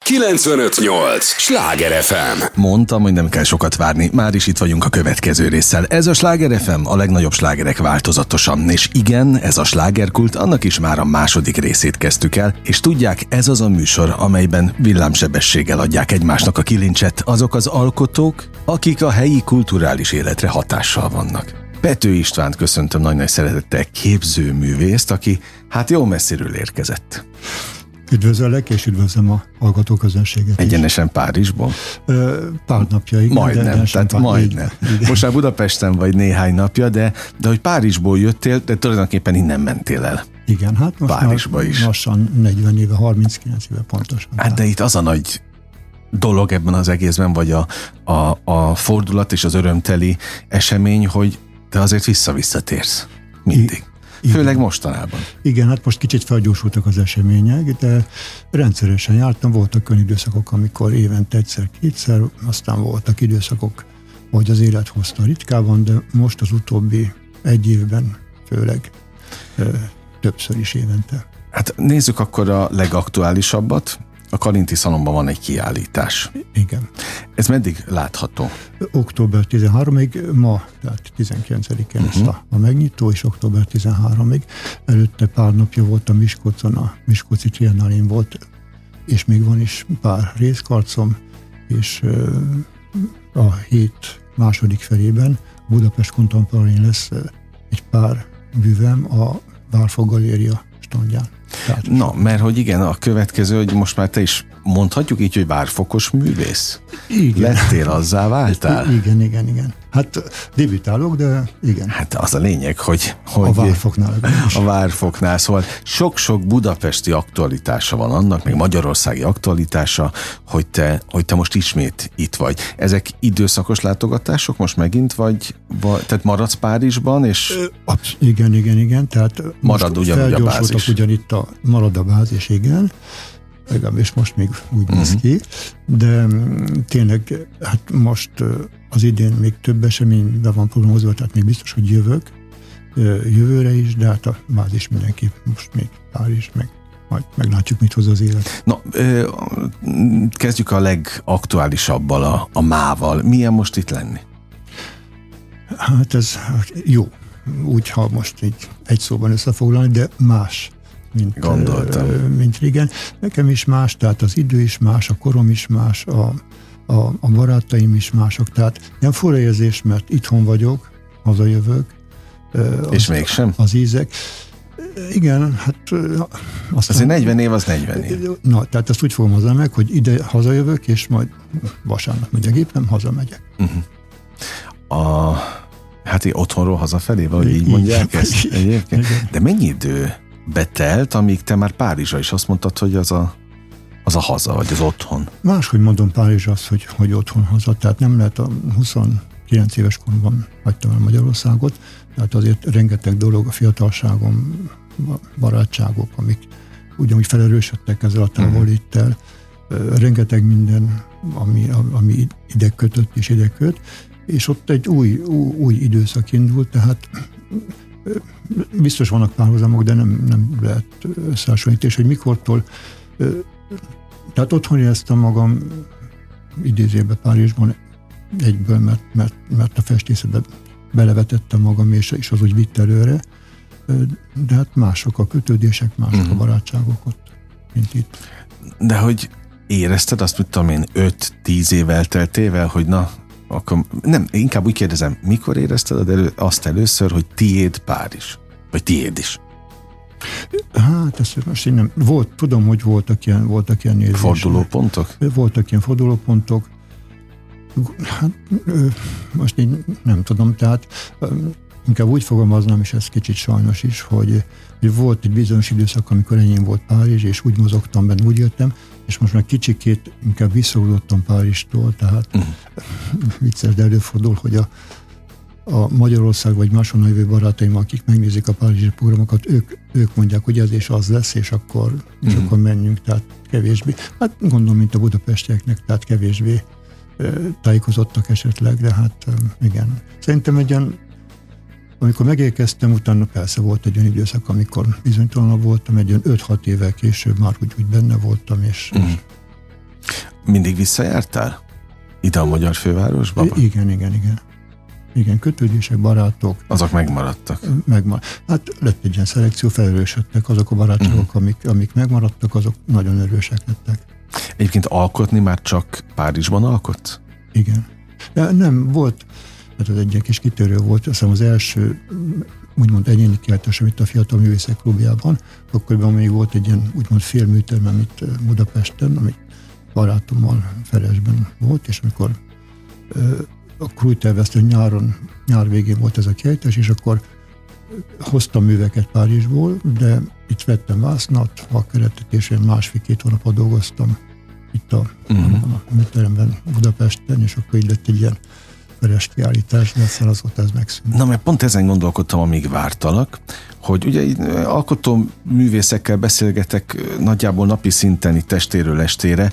95.8 Sláger FM. Mondtam, hogy nem kell sokat várni, már is itt vagyunk a következő résszel. Ez a Sláger FM, a legnagyobb slágerek változatosan. És igen, ez a slágerkult, annak is már a második részét kezdtük el, és tudják, ez az a műsor, amelyben villámsebességgel adják egymásnak a kilincset azok az alkotók, akik a helyi kulturális életre hatással vannak. Pető Istvánt köszöntöm nagy-nagy szeretettel, képzőművészt, aki hát jó messziről érkezett. Üdvözöllek, és üdvözlöm a hallgatóközönséget. Egyenesen Párizsból? Pár napja, igen. Majdnem, tehát majdnem. Most már Budapesten vagy néhány napja, de hogy Párizsból jöttél, de tulajdonképpen innen mentél el. Igen, hát most Párizsba is. Lassan 40 éve, 39 éve pontosan. Hát de itt az a nagy dolog ebben az egészben, vagy a fordulat és az örömteli esemény, hogy te azért visszatérsz mindig. Főleg mostanában. Igen, hát most kicsit felgyorsultak az események, de rendszeresen jártam, voltak olyan időszakok, amikor évente egyszer-kétszer, aztán voltak időszakok, hogy az élet hozta ritkában, de most az utóbbi egy évben főleg többször is évente. Hát nézzük akkor a legaktuálisabbat. A Karinti Szalonban van egy kiállítás. Igen. Ez meddig látható? Október 13-ig, ma, tehát 19-én lesz a megnyitó, és október 13-ig. Előtte pár napja volt a Miskolcon, a Miskolci Triennálén volt, és még van is pár részkarcom, és a hét második felében Budapest Contemporary lesz egy pár művem a Várfok Galéria standján. Na, mert hogy igen, a következő, hogy most már te is mondhatjuk így, hogy várfokos művész? Igen. Lettél, azzá váltál? Igen. Hát debütálok, de igen. Hát az a lényeg, hogy a Várfoknál. A Várfoknál, szóval sok-sok budapesti aktualitása van annak, meg magyarországi aktualitása, hogy te most ismét itt vagy. Ezek időszakos látogatások most megint, vagy tehát maradsz Párizsban, és... Igen, tehát marad ugyanúgy a bázis. Marad a bázis, igen. És most még úgy néz ki, de tényleg hát most az idén még több esemény be van programozva, tehát még biztos, hogy jövök jövőre is, de hát a bázis mindenképp most még Párizs, majd meglátjuk, mit hoz az élet. Na, kezdjük a legaktuálisabbal, a mával. Milyen most itt lenni? Hát ez jó, úgy, ha most így egy szóban összefoglalni, de más, mint régen. Nekem is más, tehát az idő is más, a korom is más, a barátaim is mások, tehát nem fura érzés, mert itthon vagyok, hazajövök. És mégsem? Az ízek. Igen, hát... Azért 40 év az 40 év. Na, tehát ezt úgy fogom hozzá meg, hogy ide hazajövök, és majd vasárnap megy a gépem, hazamegyek. Hát így otthonról hazafelé, vagy így mondják ezt egyébként. De mennyi idő betelt, amíg te már Párizsra is azt mondtad, hogy az a haza, vagy az otthon? Máshogy mondom Párizsra azt, hogy otthon haza, tehát nem lehet a 29 éves koromban hagytam el Magyarországot, tehát azért rengeteg dolog a fiatalságom, barátságok, amik ugyanúgy felerősödtek ezzel a távolléttel, rengeteg minden, ami ide kötött és ide köt, és ott egy új időszak indult, tehát biztos vannak párhuzamok, de nem lehet összehasonlítani, hogy mikortól, tehát otthon éreztem magam idézőjelben Párizsban egyből, mert a festészetbe belevetettem magam, és az úgy vitt előre, de hát mások a kötődések, mások a barátságok ott, mint itt. De hogy érezted azt, mit tudom én, 5-10 év elteltével, hogy na, akkor nem, inkább úgy kérdezem, mikor érezted azt először, hogy tiéd Párizs? Vagy tiéd is? Hát ezt most én nem... Tudom, hogy voltak ilyen nézések. Fordulópontok? Voltak ilyen fordulópontok. Hát most én nem tudom, tehát inkább úgy fogalmaznám, és ez kicsit sajnos is, hogy volt egy bizonyos időszak, amikor enyém volt Párizs, és úgy mozogtam benne, úgy jöttem, és most már kicsikét inkább visszahúzottam Párizstól, tehát vicces, de előfordul, hogy a Magyarország vagy máshonnan jövő barátaim, akik megnézik a párizsi programokat, ők mondják, hogy ez és az lesz, és akkor menjünk, tehát kevésbé. Hát gondolom, mint a budapestieknek, tehát kevésbé tájékozottak esetleg, de hát igen. Szerintem egy olyan, amikor megérkeztem, utána persze volt egy olyan időszak, amikor bizonytalanabb voltam, egy olyan 5-6 évvel később már úgy benne voltam, és Mindig visszajártál? Ide a magyar fővárosba? Igen, kötődések, barátok. Azok megmaradtak? Hát lett egy ilyen szelekció, felerősödtek azok a barátságok, amik megmaradtak, azok nagyon erősek lettek. Egyébként alkotni már csak Párizsban alkot? Igen. De nem, volt, hát ez egy kis kitörő volt, azt hiszem az első úgymond egyéni kiállítás, amit a Fiatal Művészek Klubjában, akkoriban még volt egy ilyen úgymond félműterem, amit Budapesten, amit barátommal Feresben volt, és amikor akkor úgy terveztem, hogy nyár végén volt ez a kiállítás, és akkor hoztam műveket Párizsból, de itt vettem vásznat, vakkeretet, és én 1,5-2 hónapot dolgoztam itt a műteremben Budapesten, és akkor így lett egy ilyen Feres kiállítás, de aztán azóta ez megszűnt. Na, mert pont ezen gondolkodtam, amíg vártalak, hogy ugye alkotó művészekkel beszélgetek nagyjából napi szinten itt testéről estére,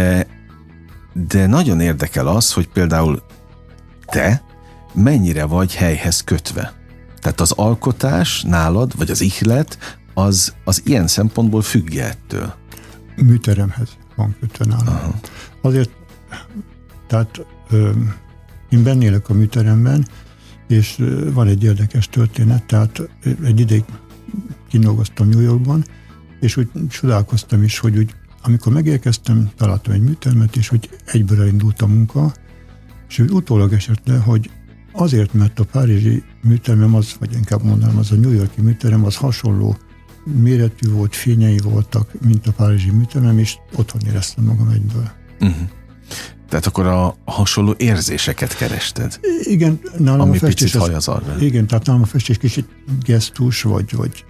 de nagyon érdekel az, hogy például te mennyire vagy helyhez kötve. Tehát az alkotás nálad, vagy az ihlet, az ilyen szempontból függ ettől? Műteremhez van kötve nálam. Aha. Azért, tehát én benne élek a műteremben, és van egy érdekes történet, tehát egy ideig kinolgoztam New Yorkban, és úgy csodálkoztam is, hogy úgy, amikor megérkeztem, találtam egy műtermet, és úgy egyből elindult a munka, és úgy utólag esett le, hogy azért, mert a párizsi műterem az, vagy inkább mondanám, az a New York-i műterem, az hasonló méretű volt, fényei voltak, mint a párizsi műterem, és otthon éreztem magam egyből. Uh-huh. Tehát akkor a hasonló érzéseket kerested? Igen, nálam ami a festés picit hajaz arra. Igen, tehát nálam a festés kicsit gesztus, vagy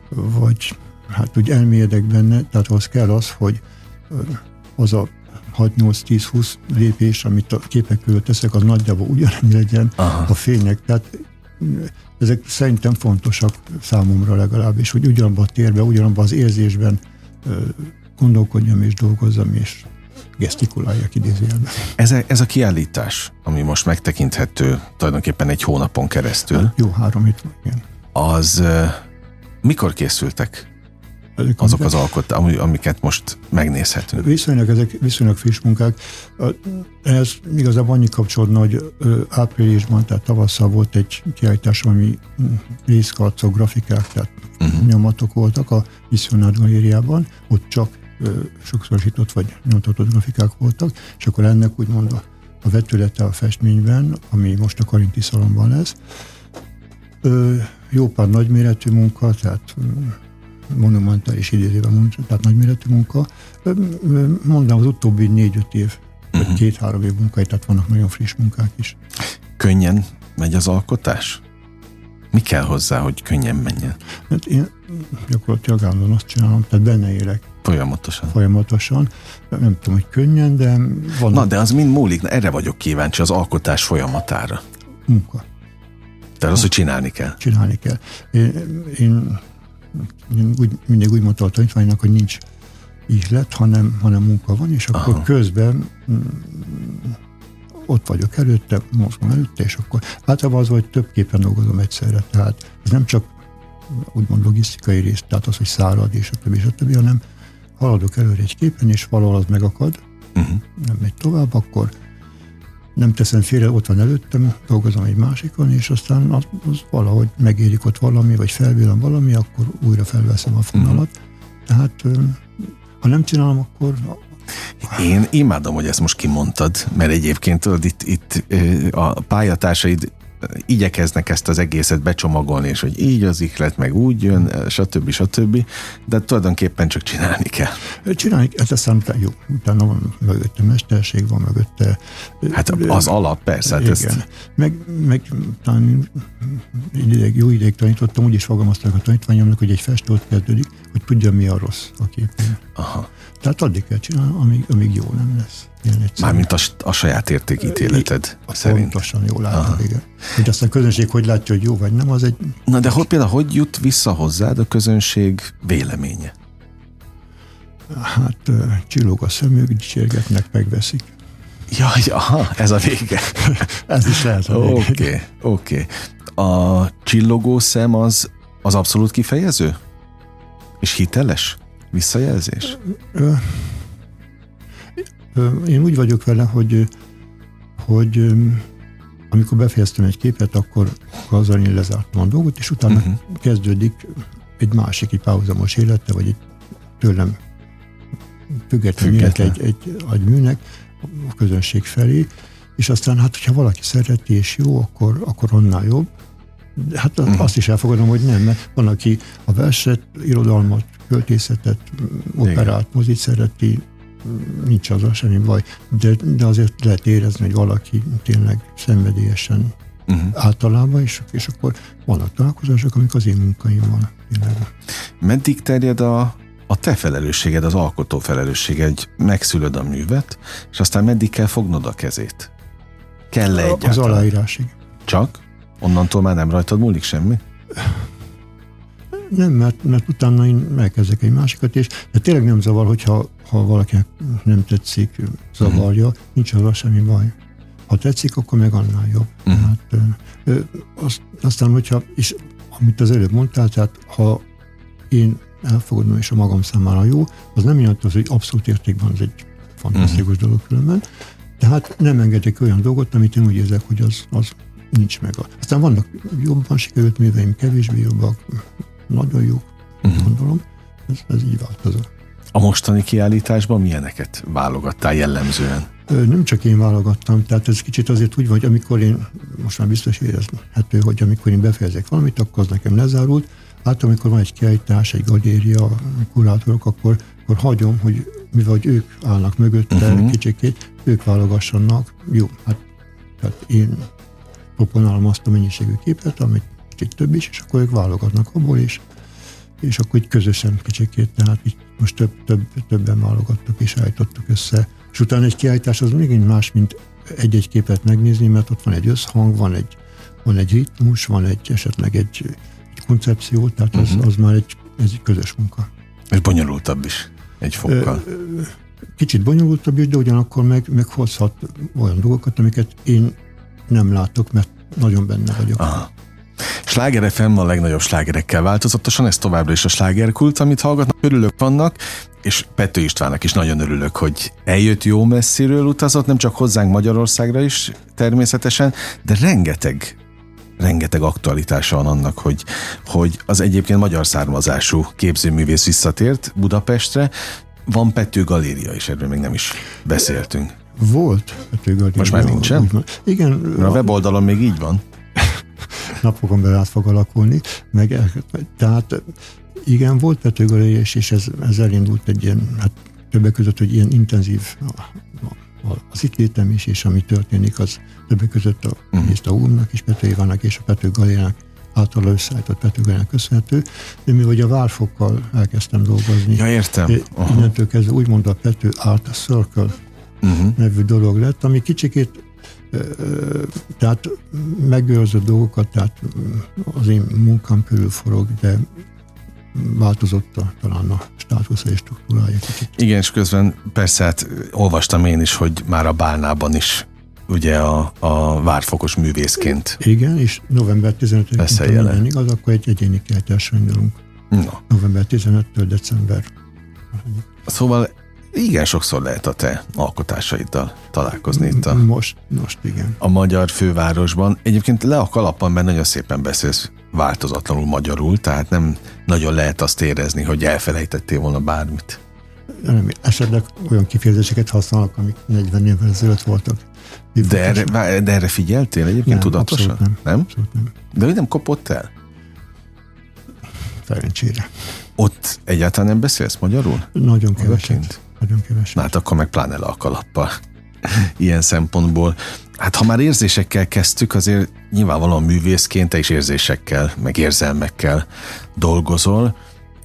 hát úgy elmélyedek benne, tehát ahhoz kell az, hogy az a 6-8-10-20 lépés, amit a képek között teszek, az nagyjából ugyanannyi legyen. Aha. A fények. Tehát ezek szerintem fontosak számomra legalábbis, hogy ugyanabban a térben, ugyanabban az érzésben gondolkodjam és dolgozzam, és gesztikuláljak idézőjelben. Ez a kiállítás, ami most megtekinthető tulajdonképpen egy hónapon keresztül. Jó, 3 hét, igen. Az mikor készültek? Azok az alkotások, amiket most megnézhetünk. Ezek viszonylag friss munkák. Ez igazából annyi kapcsolódna, hogy áprilisban, tehát tavasszal volt egy kiállítás, ami részkarcok, grafikák, tehát nyomatok voltak a Missionár Galériában, ott csak sokszorosított vagy nyomtatott grafikák voltak, és akkor ennek úgymond a vetülete a festményben, ami most a Karinti Szalonban lesz. Jó pár nagyméretű munka, tehát monumentális idézőben munka, tehát nagyméretű munka. Mondanám az utóbbi 4-5 év, 2-3 év munkai, tehát vannak nagyon friss munkák is. Könnyen megy az alkotás? Mi kell hozzá, hogy könnyen menjen? Hát én gyakorlatilag állandóan azt csinálom, tehát benne élek. Folyamatosan. Nem tudom, hogy könnyen, de van. Na, de az mind múlik. Erre vagyok kíváncsi, az alkotás folyamatára. Munka. Tehát az, hogy csinálni kell. Csinálni kell. Én mindig úgy mondta a tanítványnak, hogy nincs ihlet, hanem munka van, és akkor közben ott vagyok előtte, mozgom előtte, és akkor általában az, hogy több képen dolgozom egyszerre. Tehát ez nem csak úgymond logisztikai rész, tehát az, hogy szárad, és a többi, hanem haladok előre egy képen, és valahol az megakad, nem megy tovább, akkor nem teszem félre, ott van előttem, dolgozom egy másikon, és aztán az valahogy megérik ott valami, vagy felvillan valami, akkor újra felveszem a fonalat. Tehát ha nem csinálom, akkor... Én imádom, hogy ezt most kimondtad, mert egyébként tudod, itt a pályatársaid igyekeznek ezt az egészet becsomagolni, és hogy így az ihlet, meg úgy jön, stb. De tulajdonképpen csak csinálni kell. Csinálni, ez aztán jó. Utána van mögötte mesterség, van mögötte... Hát az alap, persze. Igen. Ezt... Meg talán jó ideig tanítottam, úgy is fogalmazták a tanítványomnak, hogy egy festő ott kezdődik, hogy tudja, mi a rossz a képén. Aha. Tehát addig kell csinálni, amíg jó nem lesz. Mármint a saját értékítéleted szerint. Pontosan jól látod, igen. Hogy aztán a közönség hogy látja, hogy jó vagy nem, az egy... Na de hogy jut vissza hozzád a közönség véleménye? Hát csillog a szemük, dicsérgetnek, megveszik. Jaj, aha, ez a vége. Ez is lehet a vége. Oké. A csillogó szem az abszolút kifejező? És hiteles visszajelzés? Én úgy vagyok vele, hogy amikor befejeztem egy képet, akkor azzal én lezártam a dolgot, és utána kezdődik egy másik, egy párhuzamos élete, vagy egy tőlem független egy műnek a közönség felé, és aztán hát, hogyha valaki szereti és jó, akkor annál jobb. De hát azt is elfogadom, hogy nem, mert van, aki a verset, irodalmat, költészetet, operát, mozit szereti, nincs azzal semmi baj, de azért lehet érezni, hogy valaki tényleg szenvedélyesen általában, és akkor vannak találkozások, amik az én munkáimmal tényleg. Meddig terjed a te felelősséged, az alkotó felelősséged, hogy megszülöd a művet, és aztán meddig kell fognod a kezét? Kell-e egyáltalán? Az aláírásig. Csak? Onnantól már nem rajtad múlik semmi? Nem, mert utána én elkezdek egy másikat, de tényleg nem zavar, hogyha valakinek nem tetszik, zavarja, nincs azzal semmi baj. Ha tetszik, akkor meg annál jobb. Hát, aztán, hogyha, és amit az előbb mondtál, tehát ha én elfogadom, és a magam számára jó, az nem jelenti az, hogy abszolút értékben az egy fantasztikus dolog különben. Tehát nem engedek olyan dolgot, amit én úgy érzek, hogy az nincs meg. Aztán vannak jobban sikerült műveim, kevésbé jobbak, nagyon jók, gondolom. Ez így változó. A mostani kiállításban milyeneket válogattál jellemzően? Nem csak én válogattam, tehát ez kicsit azért úgy van, hogy amikor én, most már biztos érezhető, hogy amikor én befejezek valamit, akkor az nekem lezárult. Általában, amikor van egy kiállítás, egy galéria, kurátorok, akkor hagyom, hogy mivel hogy ők állnak mögötte kicsikét, ők válogassanak. Jó, hát tehát én proponálom azt a mennyiségű képet, amit kicsit több is, és akkor ők válogatnak abból is, és akkor így közösen kicsikét, tehát így most többen válogattuk és állítottuk össze. És utána egy kiállítás az még más, mint egy-egy képet megnézni, mert ott van egy összhang, van egy ritmus, van esetleg egy koncepció, tehát az már egy közös munka. És bonyolultabb is egy fokkal. Kicsit bonyolultabb is, de ugyanakkor meghozhat olyan dolgokat, amiket én nem látok, mert nagyon benne vagyok. Aha. Sláger FM a legnagyobb slágerekkel változatosan, ez továbbra is a slágerkult, amit hallgatnak, örülök vannak, és Pető Istvánnak is nagyon örülök, hogy eljött, jó messziről utazott, nem csak hozzánk Magyarországra is természetesen, de rengeteg aktualitása van annak, hogy az egyébként magyar származású képzőművész visszatért Budapestre. Van Pető Galéria is, erről még nem is beszéltünk. Volt Pető Galéria. Most már nincsen? Igen. A weboldalon még így van. Napokon belül át fog alakulni. Tehát igen, volt Pető Galéria, és ez elindult egy ilyen, hát többek között, hogy ilyen intenzív az itt létem is, és ami történik, az többek között a úrnak is, Pető Ivánnak és a Pető Galériának által összeállított Pető Galériának köszönhető, de mi hogy a Várfokkal elkezdtem dolgozni. Ja, értem. Innentől kezdve úgymond a Pető Art Circle nevű dolog lett, ami kicsikét tehát megőrzött dolgokat, tehát az én munkám körül forog, de változott talán a státusza és struktúrája kicsit. Igen, és közben persze hát olvastam én is, hogy már a Bálnában is ugye a várfokos művészként. Igen, és november 15-én minden igaz, akkor egy egyéni kiállításra indulunk. November 15-től december. Szóval igen, sokszor lehet a te alkotásaiddal találkozni itt most igen. A magyar fővárosban. Egyébként le a kalappal, mert nagyon szépen beszélsz változatlanul magyarul, tehát nem nagyon lehet azt érezni, hogy elfelejtettél volna bármit. Nem, esetleg olyan kifejezéseket használnak, amik 40 évvel ezelőtt voltak. De erre figyeltél egyébként nem, tudatosan? Abszolút nem. De hogy nem kopott el? Szerencsére. Ott egyáltalán nem beszélsz magyarul? Nagyon keveset. Na hát akkor meg pláne le a kalappal. Ilyen szempontból. Hát ha már érzésekkel kezdtük, azért nyilvánvalóan művészként te is érzésekkel, meg érzelmekkel dolgozol.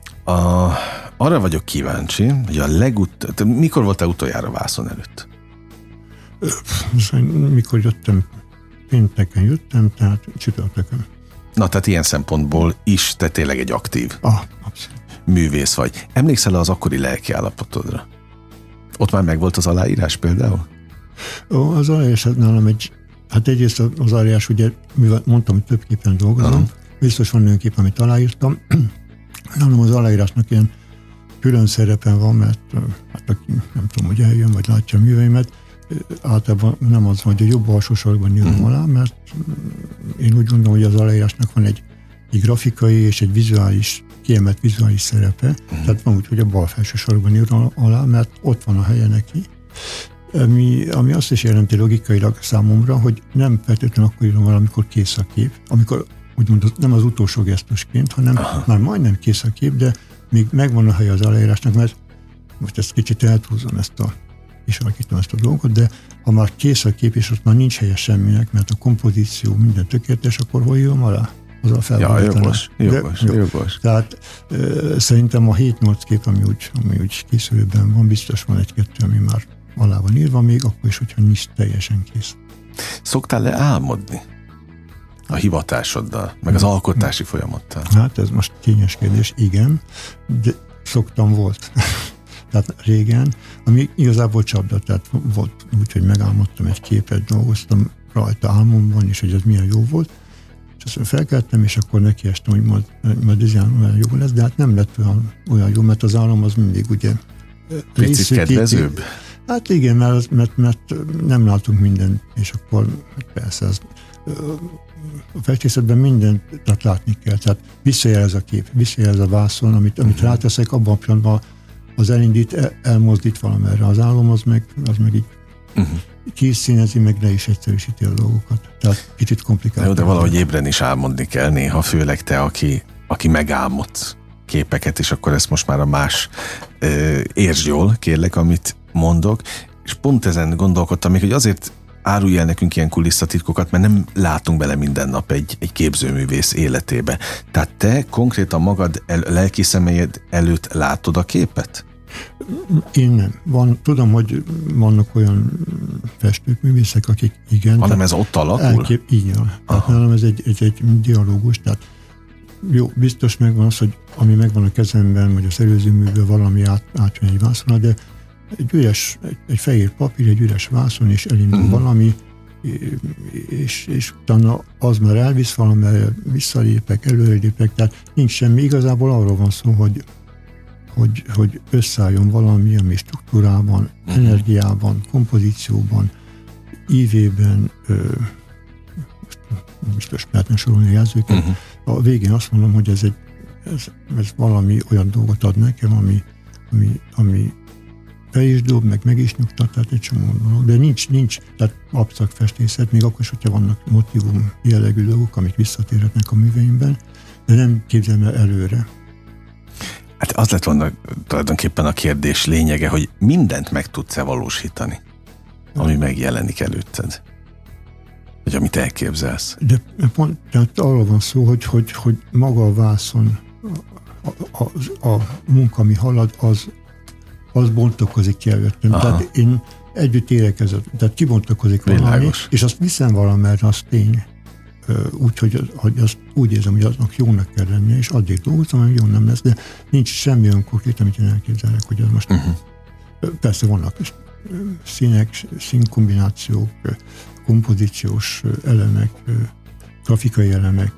Arra vagyok kíváncsi, hogy mikor voltál utoljára vászon előtt? Mikor jöttem, pénteken jöttem, tehát csütörtökön. Na, tehát ilyen szempontból is te tényleg egy aktív abszolút. Művész vagy. Emlékszel az akkori lelkiállapotodra? Ott már megvolt az aláírás például? Az aláírás nálam hát egyrészt az aláírás, ugye, mivel mondtam, hogy több képen dolgozom, biztos van olyan kép, amit aláírtam. Nálam az aláírásnak ilyen külön szerepen van, mert hát aki nem tudom, hogy eljön, vagy látja a műveimet, általában nem az, hogy a jobb alsó sarokban írom alá, mert én úgy gondolom, hogy az aláírásnak van egy grafikai és egy vizuális, kiemelt vizuális szerepe, tehát van úgy, hogy a bal felső sarokban írom alá, mert ott van a helye neki, ami azt is jelenti logikailag számomra, hogy nem feltétlenül akkor írom alá, amikor kész a kép, amikor úgymond nem az utolsó gesztusként, hanem már majdnem kész a kép, de még megvan a helye az aláírásnak, mert most ezt kicsit eltúlzom, kisalakítom ezt a dolgot, de ha már kész a kép, és ott már nincs helye semminek, mert a kompozíció minden tökéletes, akkor hol írom alá? Az a felvételen. Jogos. Tehát szerintem a 7-8 kép, ami úgy készülőben van, biztos van egy-kettő, ami már alá van írva még, akkor is, hogyha nincs teljesen kész. Szoktál-e álmodni a hivatásoddal, meg az alkotási folyamattal? Hát ez most kényes kérdés, igen, de szoktam volt. Tehát régen, ami igazából csapda, tehát volt úgy, hogy megálmodtam egy képet, dolgoztam rajta álmomban, és hogy ez milyen jó volt, és aztán felkeltem, és akkor nekiestem, hogy majd ez olyan jó lesz, de hát nem lett olyan jó, mert az álom az mindig ugye picit kedvezőbb? Hát igen, mert nem látunk mindent, és akkor persze a festészetben mindent látni kell, tehát visszajelez a kép, visszajelez a vászon, amit ráteszek, abban a pillanatban az elindít, elmozdít valamerre. Az álom az meg így kiszínezi, meg le is egyszerűsíti a dolgokat. Tehát kicsit komplikált. Jó, de valahogy ébren is álmodni kell néha, főleg te, aki megálmodsz képeket, és akkor ezt most már a más értsd jól, kérlek, amit mondok. És pont ezen gondolkodtam még, hogy azért árulj el nekünk ilyen kulisszatitkokat, mert nem látunk bele minden nap egy képzőművész életébe. Tehát te konkrétan magad lelki személyed előtt látod a képet? Én nem. Tudom, hogy vannak olyan festők, művészek, akik igen. Hanem ez ott alakul? Így van. Tehát nálam ez egy dialógus, tehát jó, biztos megvan az, hogy ami megvan a kezemben, vagy az előző műből valami átjön egy vászonra, de egy fehér papír, egy üres vászon, és elindul valami, és utána az már elvisz valamire, visszalépek, előrelépek, tehát nincs semmi. Igazából arról van szó, hogy összeálljon valami, ami struktúrában, energiában, kompozícióban, ívében, biztos lehetne sorolni a jelzőket. A végén azt mondom, hogy ez valami olyan dolgot ad nekem, ami fel is dob, meg is nyugtat, tehát egy csomó dolog. De nincs, tehát absztrakt festészet, még akkor is, hogyha vannak motivum jellegű dolgok, amik visszatérhetnek a műveimben, de nem képzelem el előre. Hát az lett volna tulajdonképpen a kérdés lényege, hogy mindent meg tudsz-e valósítani, ami megjelenik előtted? Vagy amit elképzelsz? De pont, tehát arról van szó, hogy maga a vászon, a munka, ami halad, az bontakozik ki előttem. Tehát én együtt érek ezzel, tehát kibontakozik valami, és azt viszem valamerre, az tény. Úgyhogy azt úgy érzem, hogy aznak jónak kell lennie, és addig dolgozom, hogy jó nem lesz, de nincs semmi olyan konkrét, amit én elképzelek, hogy az most... Persze vannak színek, színkombinációk, kompozíciós elemek, grafikai elemek.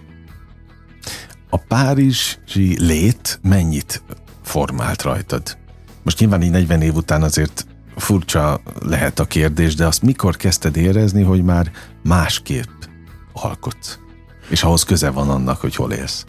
A párizsi lét mennyit formált rajtad? Most nyilván így 40 év után azért furcsa lehet a kérdés, de azt mikor kezdted érezni, hogy már másképp alkotsz? És ahhoz köze van annak, hogy hol élsz?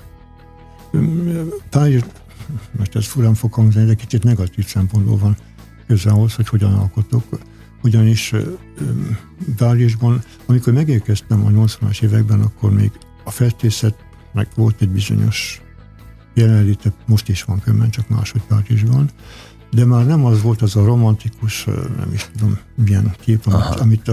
Párizs, most ez furán fog hangzani, de kicsit negatív szempontból van köze ahhoz, hogy hogyan alkotok. Ugyanis Párizsban, amikor megérkeztem a 80-as években, akkor még a festészetnek volt egy bizonyos jelenléte, most is van különben, csak máshogy Párizsban, de már nem az volt az a romantikus, nem is tudom milyen kép, amit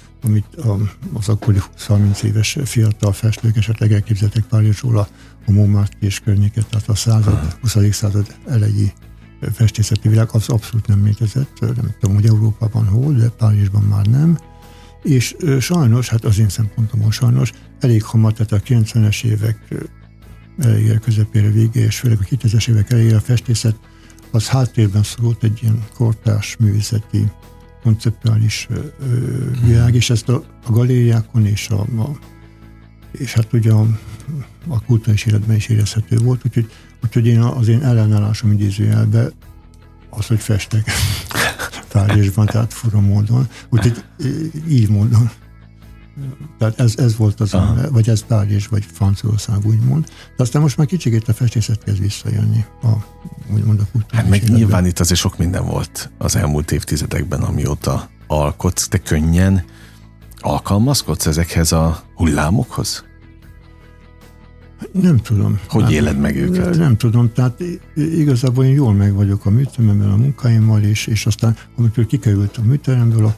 az akkori 30 éves fiatal festők esetleg elképzeltek Párizsról, a Montmartre és környéket, tehát a 20. század elejé festészeti világ, az abszolút nem létezett, nem tudom, hogy Európában hol, de Párizsban már nem. És sajnos, hát az én szempontomon sajnos, elég hamar, tehát a 90-es évek elejére, közepére, végére, és főleg a 2000-es évek elejére a festészet, az háttérben szorult egy ilyen kortárs művészeti, konceptuális világ, és ezt a galériákon és hát ugye a kulturális életben is érezhető volt, úgyhogy az én ellenállásom idézőjelben az, hogy festek. Párizsban, tehát fura módon. Úgyhogy így módon. Tehát ez volt az, vagy ez Párizs, vagy Franciaország úgymond. De aztán most már kicsikét a festészet kezd visszajönni úgymond a kultúrás Hát meg életben. nyilván itt azért sok minden volt az elmúlt évtizedekben, amióta alkotsz. Te könnyen alkalmazkodsz ezekhez a hullámokhoz? Nem tudom. Hogy éled meg őket? Nem tudom, tehát igazából én jól meg vagyok a műteremben, a munkáimmal, és aztán amikor kikerült a műteremből,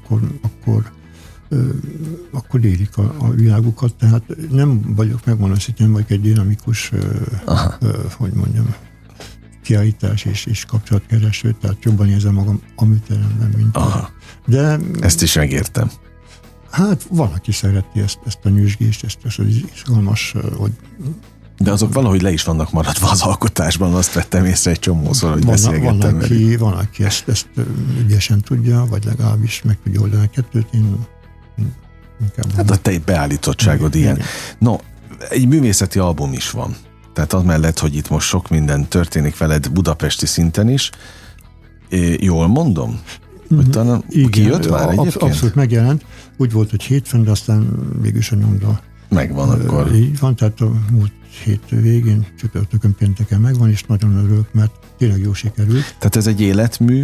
akkor érik a világukat, tehát nem vagyok, megmondom, hogy nem vagyok egy dinamikus, hogy mondjam, kiállítás és kapcsolatkereső, tehát jobban érzem magam a műteremben, mint de ezt is megértem. Hát van, aki szereti ezt a nyüzsgést, ezt az izgalmas, hogy... De azok valahogy le is vannak maradva az alkotásban, azt vettem észre egy csomószor, hogy beszélgettem velük. Van, aki ezt ügyesen tudja, vagy legalábbis meg tudja oldani a kettőt, én inkább... Hát a te beállítottságod ilyen. Igen. No, egy művészeti album is van. Tehát az mellett, hogy itt most sok minden történik veled budapesti szinten is. Jól mondom? Hogy talán kijött már egyébként? Abszolút megjelent. Úgy volt, hogy hétfőn, de aztán végülis a nyomda megvan akkor. Így van, tehát a múlt hét végén, csütörtökön, pénteken megvan, és nagyon örülök, mert tényleg jó sikerült. Tehát ez egy életmű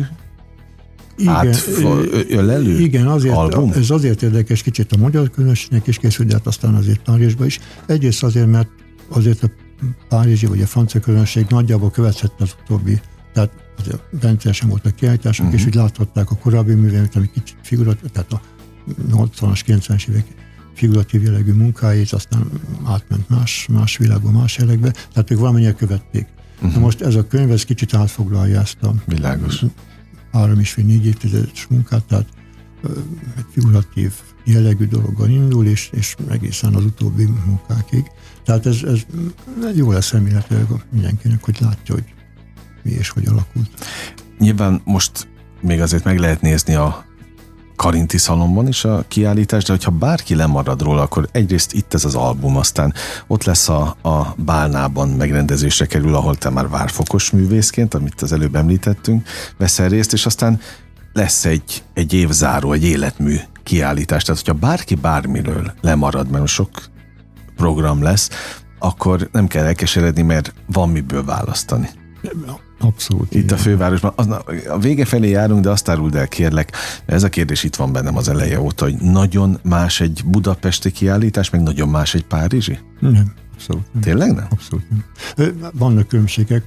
átölelő igen, album? Ez azért érdekes kicsit a magyar közönségnek is készült, de hát aztán azért Párizsba is. Egyrészt azért, mert azért a párizsi vagy a francia közönség nagyjából követhette az utóbbi, tehát rendszeresen voltak kiállítások, és úgy láthatták a korábbi műveimet, ami kicsit figuratív, tehát a 80-as, 90-es évek figuratív jellegű munkáit, aztán átment más világba, más jellegbe, tehát ők valamennyire követték. Na most ez a könyv, ez kicsit átfoglalja ezt a világos 3,5-4 évtizedes munkát, tehát egy figuratív jellegű dologgal indul, és egészen az utóbbi munkákig. Tehát ez jó lesz remélhetőleg mindenkinek, hogy látja, hogy mi és hogy alakult. Nyilván most még azért meg lehet nézni a Karinti Szalonban is a kiállítás, de hogyha bárki lemarad róla, akkor egyrészt itt ez az album, aztán ott lesz a Bálnában megrendezésre kerül, ahol te már várfokos művészként, amit az előbb említettünk, veszel részt, és aztán lesz egy évzáró, egy életmű kiállítás. Tehát, hogyha bárki bármiről lemarad, mert sok program lesz, akkor nem kell elkeseredni, mert van miből választani. Abszolút. Itt a fővárosban. A vége felé járunk, de azt áruld el, kérlek, ez a kérdés itt van bennem az eleje óta, hogy nagyon más egy budapesti kiállítás, meg nagyon más egy párizsi? Nem, abszolút nem. Tényleg nem? Abszolút nem. Vannak különbségek,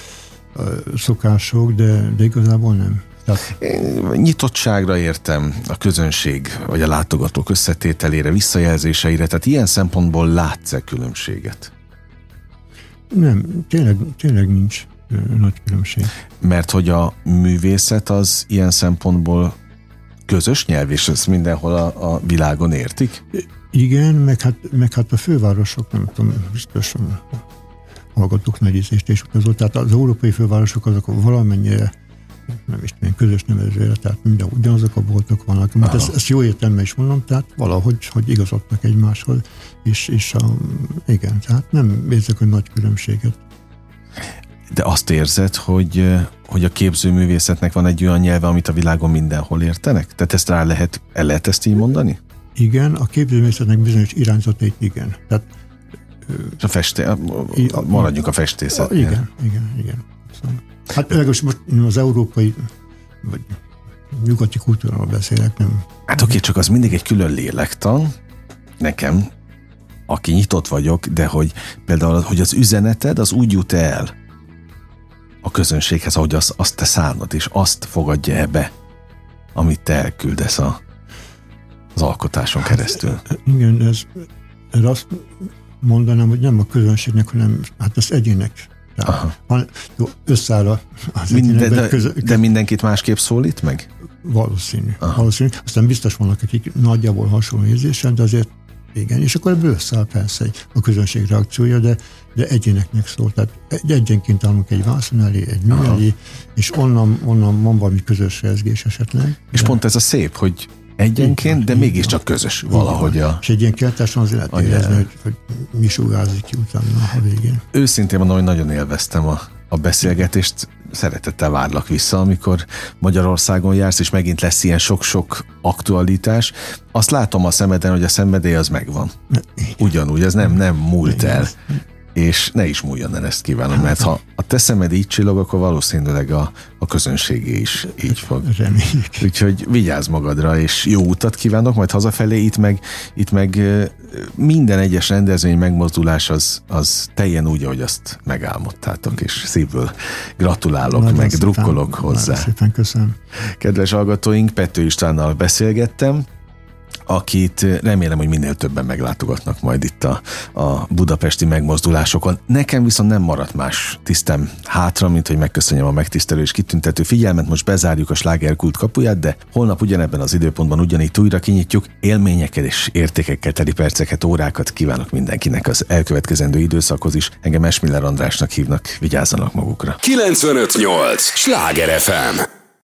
szokások, de igazából nem. Tehát... Nyitottságra értem, a közönség, vagy a látogatók összetételére, visszajelzéseire, tehát ilyen szempontból látsz-e különbséget? Nem, tényleg nincs nagy különbség. Mert hogy a művészet az ilyen szempontból közös nyelv, és ezt mindenhol a világon értik? Igen, meg hát a fővárosok, nem tudom, biztosan hallgatók nagy ízést és utazó, tehát az európai fővárosok azok valamennyire, nem is tudom, közös nevezőre, tehát mindenhol ugyanazok a boltok vannak. Mert ezt jó értelemben is mondom, tehát valahogy hogy igazodnak egymáshoz, és igen, tehát nem érzek, hogy nagy különbséget. De azt érzed, hogy a képzőművészetnek van egy olyan nyelve, amit a világon mindenhol értenek? Tehát ezt el lehet ezt így mondani? Igen, a képzőművészetnek bizonyos irányzatait igen. Tehát, maradjunk a festészetnél. Igen. Szóval, hát legalábbis most az európai vagy nyugati kultúráról beszélek, nem? Hát oké, csak az mindig egy külön lélektan, nekem, aki nyitott vagyok, de hogy például, hogy az üzeneted az úgy jut el a közönséghez, ahogy azt te szánod, és azt fogadja be, amit te elküldesz az alkotáson keresztül. Igen, ez azt mondanám, hogy nem a közönségnek, hanem hát az egyének. Összeáll az de mindenkit másképp szólít meg? Valószínű. Aztán biztos vannak, akik nagyjából hasonló érzésen, de azért igen, és akkor ebből összeáll persze a közönség reakciója, de egyéneknek szól. Tehát egyenként állunk egy vászon elé, egy mű elé, és onnan van valami közös rezgés esetleg. És pont ez a szép, hogy egyenként, de mégiscsak közös valahogy. És egy ilyen keltáson az lehet érezni, hogy mi sugárzik ki utána a végén. Őszintén mondom, hogy nagyon élveztem a beszélgetést. szeretettel várlak vissza, amikor Magyarországon jársz, és megint lesz ilyen sok-sok aktualitás. Azt látom a szemeden, hogy a szenvedély az megvan. Ugyanúgy, ez nem múlt el. És ne is múljon el, ezt kívánom, mert ha a te szemed így csillog, akkor valószínűleg a közönségé is így fog. Reméljük. Úgyhogy vigyázz magadra, és jó utat kívánok, majd hazafelé itt meg minden egyes rendezvény megmozdulás az teljen úgy, ahogy azt megálmodtátok, és szívből gratulálok, nagyon meg szépen, drukkolok hozzá. Szépen köszönöm. Kedves hallgatóink, Pető Istvánnal beszélgettem, akit remélem, hogy minél többen meglátogatnak majd itt a budapesti megmozdulásokon. Nekem viszont nem maradt más tisztem hátra, mint hogy megköszönjem a megtisztelő és kitüntető figyelmet. Most bezárjuk a Slágerkult kapuját, de holnap ugyanebben az időpontban ugyanígy újra kinyitjuk. Élményekkel és értékekkel teli perceket, órákat kívánok mindenkinek az elkövetkezendő időszakhoz is. Engem Esmiller Andrásnak hívnak, vigyázzanak magukra. 95.8 Sláger FM